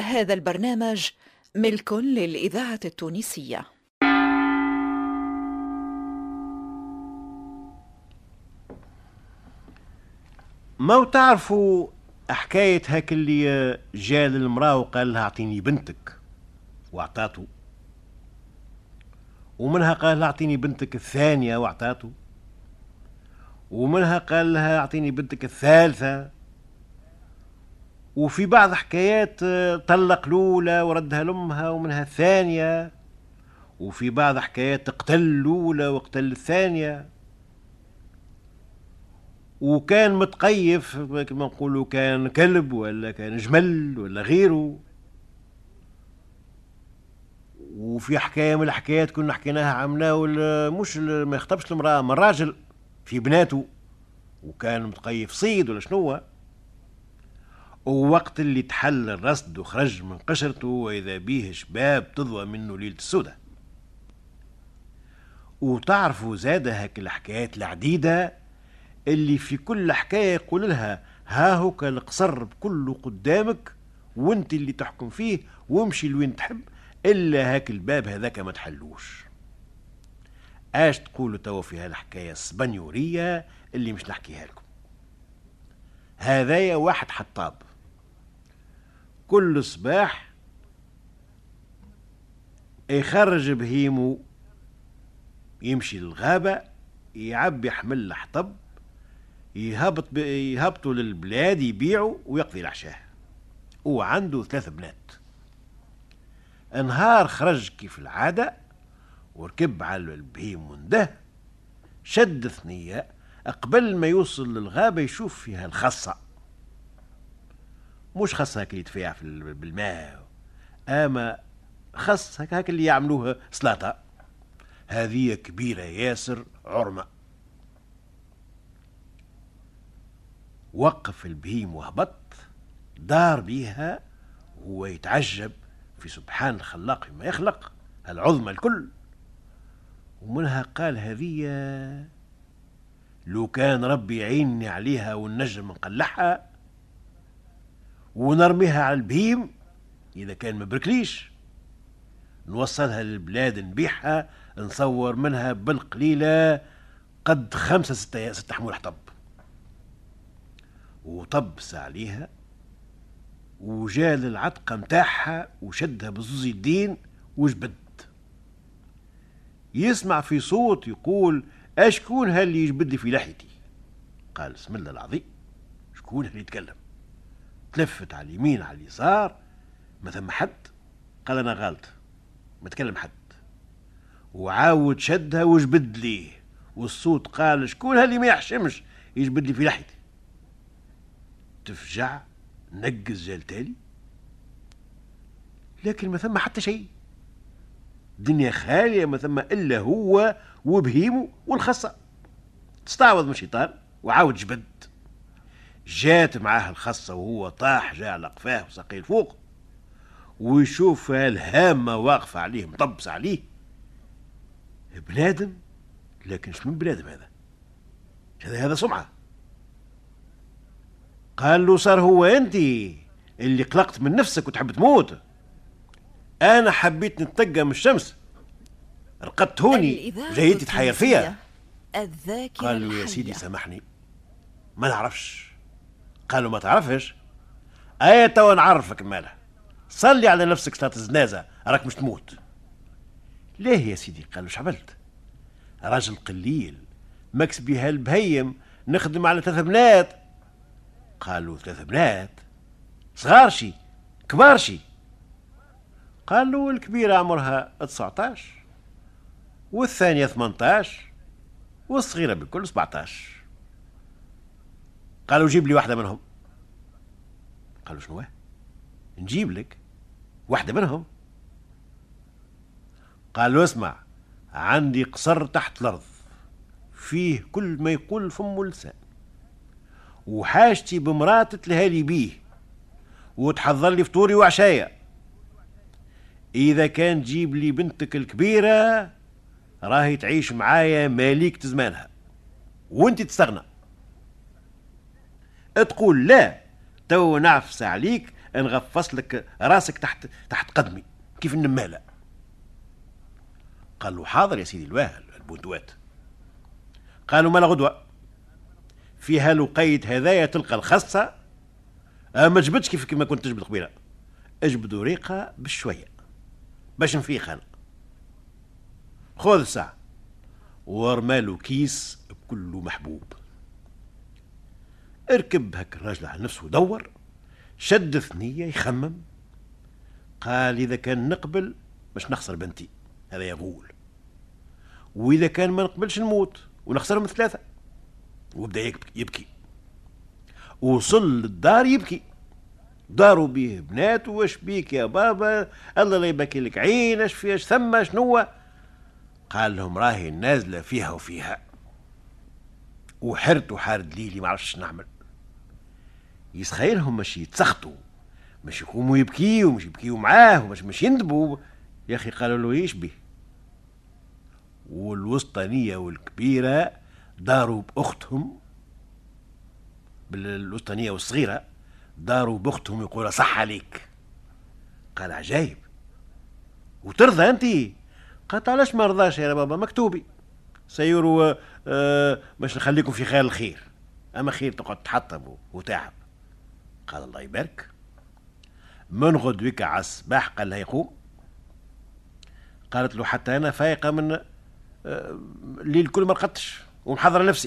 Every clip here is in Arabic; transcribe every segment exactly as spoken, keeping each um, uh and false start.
هذا البرنامج ملك للإذاعة التونسية. ما تعرفوا حكاية هاك اللي جاء للمرأة وقال لها اعطيني بنتك واعطاته، ومنها قال لها اعطيني بنتك الثانية واعطاته، ومنها قال لها اعطيني بنتك الثالثة، وفي بعض حكايات طلق الأولى وردها لأمها ومنها الثانية، وفي بعض حكايات اقتل الأولى واقتل الثانية، وكان متقيف كما نقولوا كان كلب ولا كان جمل ولا غيره. وفي حكاية من الحكايات كنا حكيناها عمناه مش ما يخطبش المرأة من راجل في بناته وكان متقيف صيد ولا شنو، ووقت اللي تحل الرصد وخرج من قشرته وإذا بيه شباب تضوى منه ليلة السودة. وتعرفوا زاد هاك الحكايات العديدة اللي في كل حكاية يقول لها ها هوك القصر بكله قدامك وانت اللي تحكم فيه وامشي لوين تحب، إلا هاك الباب هذاك ما تحلوش. اش تقولوا توا في هالحكاية السبانيورية اللي مش نحكيها لكم؟ هذايا واحد حطاب كل صباح يخرج بهيمو يمشي للغابة يعبي حمل حطب يهبط ب... يهبطوا للبلاد يبيعوا ويقضي العشاء. هو عنده ثلاث بنات. نهار خرج كيف العادة وركب على البهيم ونده، شد ثنية قبل ما يوصل للغابة يشوف فيها الخصة، مش خصة هكا اللي يتفيع في بالماء، اما خص هكا هكا اللي يعملوها سلاطة، هذه كبيرة ياسر عرمة. وقف البهيم وهبط دار بيها وهو يتعجب في سبحان الخلاق فيما يخلق العظمى الكل. ومنها قال هذه لو كان ربي يعيني عليها والنجم نقلعها ونرميها على البهيم، إذا كان مبركليش نوصلها للبلاد نبيعها نصور منها بالقليلة قد خمسة ستة ستة حمول حطب. وطبس عليها وجاء للعتقة متاعها وشدها بزوز يدين وجبد. يسمع في صوت يقول أشكون هاللي يجبد لي في لحيتي؟ قال بسم الله العظيم، شكون اللي يتكلم؟ تلفت على اليمين على اليسار ما ثم حد. قال أنا غلط ما تكلم حد، وعاود شدها وجبد ليه، والصوت قال شكون هاللي ما يحشمش يجبد لي في لحيتي؟ تفجع نقز جال تالي، لكن ما ثم حتى شيء، دنيا خالية ما ثم إلا هو وبهيمه والخصة. تستعوض من الشيطان وعاود جبد. جات معاه الخصة وهو طاح جاء على قفاه وساقيه الفوق، ويشوف الهامة واقفة عليه مطبس عليه. بنادم، لكن مش من بنادم هذا، هذا هذا سمعة. قال له صار هو انت اللي قلقت من نفسك وتحب تموت؟ انا حبيت نتقى من الشمس رقدت هوني جايتي تحير فيها. قال له يا سيدي سامحني ما نعرفش. قالوا ما تعرفش؟ ايه توا نعرفك مالها، صلي على نفسك صلاة الجنازة راك مش تموت. ليه يا سيدي؟ قالوا شعبلت راجل قليل مكسبي هالبهيم نخدم على ثلاث بنات. قالوا ثلاث بنات صغار شي كبار شي؟ قالوا الكبيرة عمرها تسعطاش والثانية ثمنطاش والصغيرة بالكل سبعطاش. قالوا جيب لي واحدة منهم. قالوا شنو نجيب لك واحدة منهم؟ قالوا اسمع، عندي قصر تحت الأرض فيه كل ما يقول فم ولسان، وحاجتي بمراتة تلهالي بيه وتحضر لي فطوري وعشايا. إذا كان جيب لي بنتك الكبيرة راهي تعيش معايا ماليك زمانها وانت تستغنى. تقول لا تو نعفس عليك نغفص لك راسك تحت تحت قدمي كيف النمالة. قال له حاضر يا سيدي الواهل البندوات. قالوا مالا غدوة فيها لقيت هذايا تلقى الخصة ما جبتش كيف كما كنت تجبد قبيله، اجبدوا ريقة بشوية باش نفيق انا. خذ الساعة ورمالو كيس بكله محبوب. اركب هك الراجل على نفسه دور، شد ثنية يخمم، قال إذا كان نقبل باش نخسر بنتي هذا يقول، وإذا كان ما نقبلش نموت ونخسرهم ثلاثة. وبدأ يبكي, يبكي. وصل للدار يبكي، داروا بيه بنات واش بيك يا بابا الله لا يبكي لك عين اش فياش ثم شنو. قال لهم راهي نازلة فيها وفيها وحرت وحارد ليلي ما عرفش نعمل. يسخيلهم مش يتسخطوا مش يقوموا يبكيوا مش يبكيوا معاه ومش مش يندبوا يا اخي. قالوا له ايش به. والوسطانية والكبيرة داروا باختهم، بالوسطانية والصغيرة داروا باختهم يقولوا صح عليك. قال عجايب وترضى انت؟ قالت علاش ما رضاش يا بابا مكتوبي سيروا آه باش نخليكم في خير الخير، اما خير تقعد تحطم وتعب. قال الله يبارك. من غدوك على الصباح قال لها يقوم. قالت له حتى انا فايقه من آه الليل كل ما رقدتش ومحضره نفسي.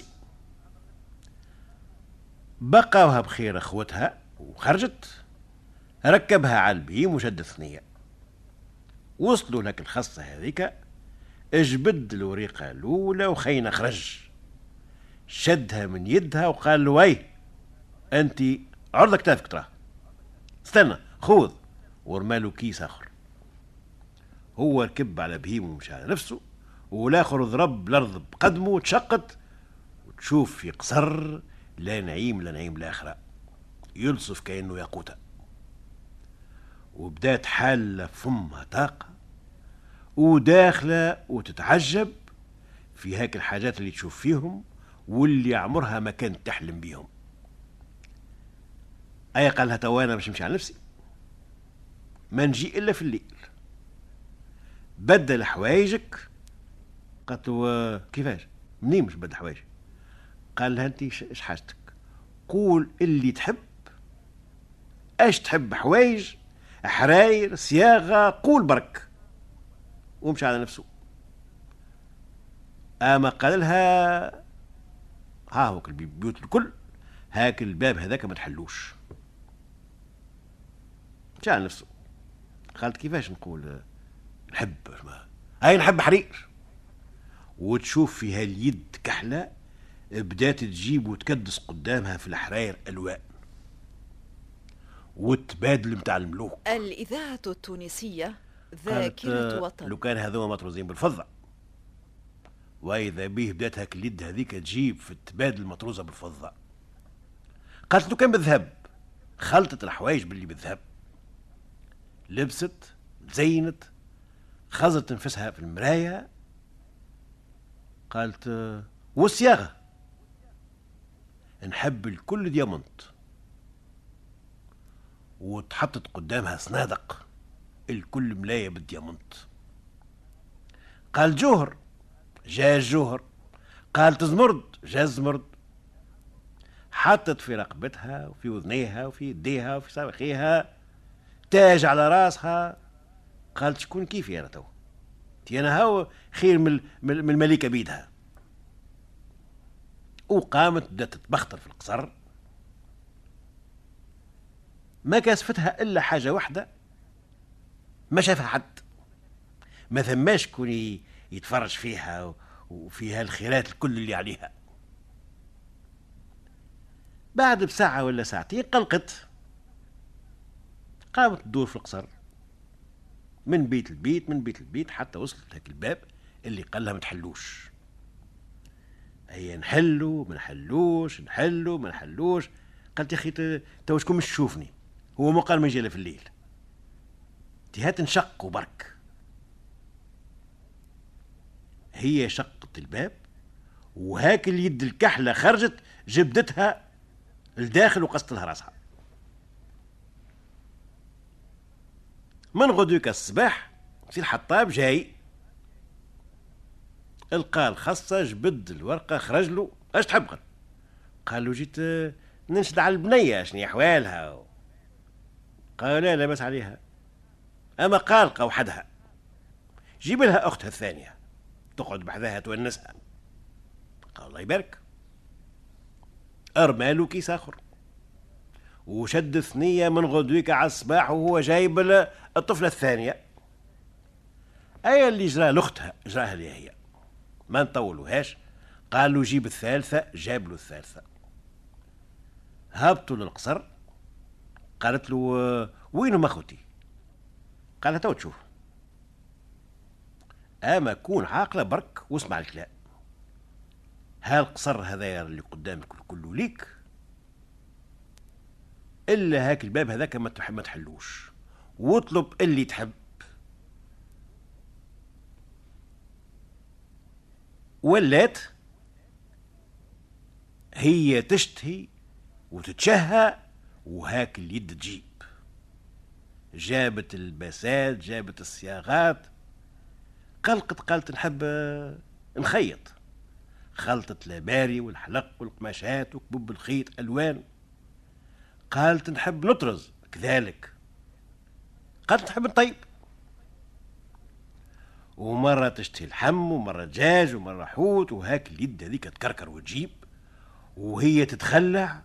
بقاوها بخير اخوتها وخرجت، ركبها على البهيم وشد الثنيه. وصلوا لك الخصه هذيك، اجبد الوريقه الاولى وخينا خرج، شدها من يدها وقال له وي انت عرض كتافك تراه استنى خذ، ورماله كيس اخر. هو ركب على بهيم ومشى على نفسه، والاخر ضرب الارض بقدمه وتشقت، وتشوف في قصر لا نعيم لا نعيم الاخره يلصف كانه ياقوته. وبدات حالة فمها طاقة وداخلة وتتعجب في هاك الحاجات اللي تشوف فيهم واللي عمرها ما كانت تحلم بيهم. أي قال لها توانا باش نمشي على نفسي ما نجي إلا في الليل، بدل حوايجك. قالت له كيفاش منين مش بدل حوايجك؟ قال لها انت ايش حاجتك؟ قول اللي تحب، ايش تحب حوايج حراير صياغة قول برك. ومشى على نفسه. اما قال لها ها هو البيوت الكل هاك الباب هذاك ما تحلوش. مشى على نفسه. قالت كيفاش نقول نحب ما هاي نحب حرير. وتشوف في هاليد كحلة بدات تجيب وتكدس قدامها في الحراير الوان وتبادل متاع الملوك. الإذاعة التونسية ذاكرة وطن. لو كان هذوما مطروزين بالفضة، وإذا به بدات هاك اليد هذيك تجيب في التبادل المطروزة بالفضة. قالت له كان بالذهب، خلطت الحوايج باللي بالذهب، لبست زينت، خزت نفسها في المراية. قالت والصياغة نحب الكل ديامونت، وتحطت قدامها صنادق الكل ملاية بالديامونت. قال جوهر جاء جوهر، قالت زمرد جاء زمرد. حطت في رقبتها وفي وذنيها وفي يديها وفي صاروخيها تاج على راسها. قالت شكون كيفي انا تو تي انا هاو خير من من الملكه بيدها. وقامت بدات تتبختر في القصر. ما كاسفتها الا حاجه واحده ما شافها حد، ما ثماش كون يتفرج فيها وفيها الخيرات الكل اللي عليها. بعد بساعة ولا ساعتين قلقت، قامت تدور في القصر من بيت البيت من بيت البيت حتى وصلت لهاك الباب اللي قال لها ما تحلوش. هي نحلو ما نحلوش نحلو ما نحلوش. قالت يا اخي تو شكون مش تشوفني، هو ما قال ما يجي في الليل تهات نشق وبرك. هي شقت الباب وهاك اليد الكحلة خرجت جبدتها الداخل وقصت لها راسها. من غدوك الصباح سي الحطاب جاي، القى الخصة، جبد الورقة، خرج له. اش تحب؟ قال قال له جيت ننشد على البنية شنو احوالها. قال لا لاباس عليها، اما قالقة وحدها، جيب لها اختها الثانية تقعد بحذاها تونسها. قال الله يبارك. ارمالو كيس اخر وشد ثنية من غدويك على الصباح وهو جايب الطفلة الثانية. اي اللي جرى لاختها جراها لي هي، ما نطولوهاش. قالوا جيب الثالثة، جاب له الثالثة. هبطوا للقصر. قالت له وين اخوتي؟ قالت تو تشوف. اما كون عاقله برك واسمع الكلام. ها القصر هذا اللي قدامك كله ليك، الا هاك الباب هذاك ما تحب ما تحلوش، واطلب اللي تحب. ولات هي تشتهي وتتشهى وهاك اليد تجيب. جابت الباسات، جابت الصياغات، قلقت قالت نحب نخيط. خلطت لاباري والحلق والقماشات وكبب الخيط الوان. قالت نحب نطرز كذلك. قالت نحب نطيب. ومرة تشتهي اللحم ومرة دجاج ومرة حوت، وهاك اليد هذيك تكركر وتجيب وهي تتخلع.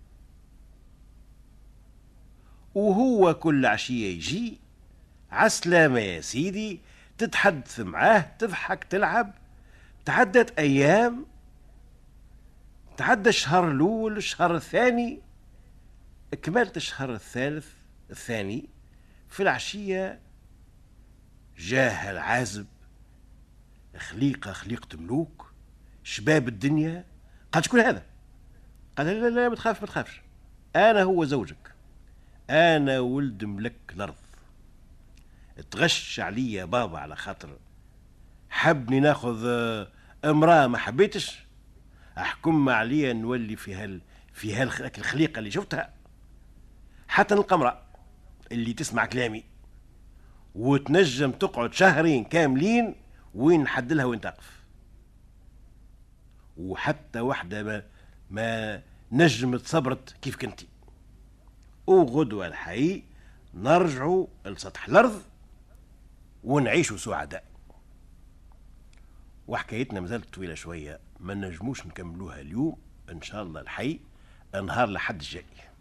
وهو كل عشية يجي عسلامة يا سيدي، تتحدث معاه، تضحك، تلعب. تعدت أيام، تعدى الشهر الأول، الشهر الثاني، كملت الشهر الثالث الثاني. في العشية جاه العازب، خليقة خليقة ملوك، شباب الدنيا. قال شكون هذا؟ قال لا لا لا ما تخافش ما تخافش، أنا هو زوجك، أنا ولد ملك الأرض. تغش عليا بابا على خاطر حبني ناخذ امرأة ما حبيتش، أحكم عليا نولي في هال في هالخليقة اللي شفتها، حتى نلقى امرأة اللي تسمع كلامي وتنجم تقعد شهرين كاملين وين نحدلها وين تقف. وحتى واحدة ما, ما نجمت صبرت كيف كنتي. وغدوة الحقيقة نرجعوا لسطح الأرض ونعيشوا سعداء. وحكايتنا مازالت طويلة شوية، ما نجموش نكملوها اليوم. إن شاء الله الحي نهار لحد الجاي.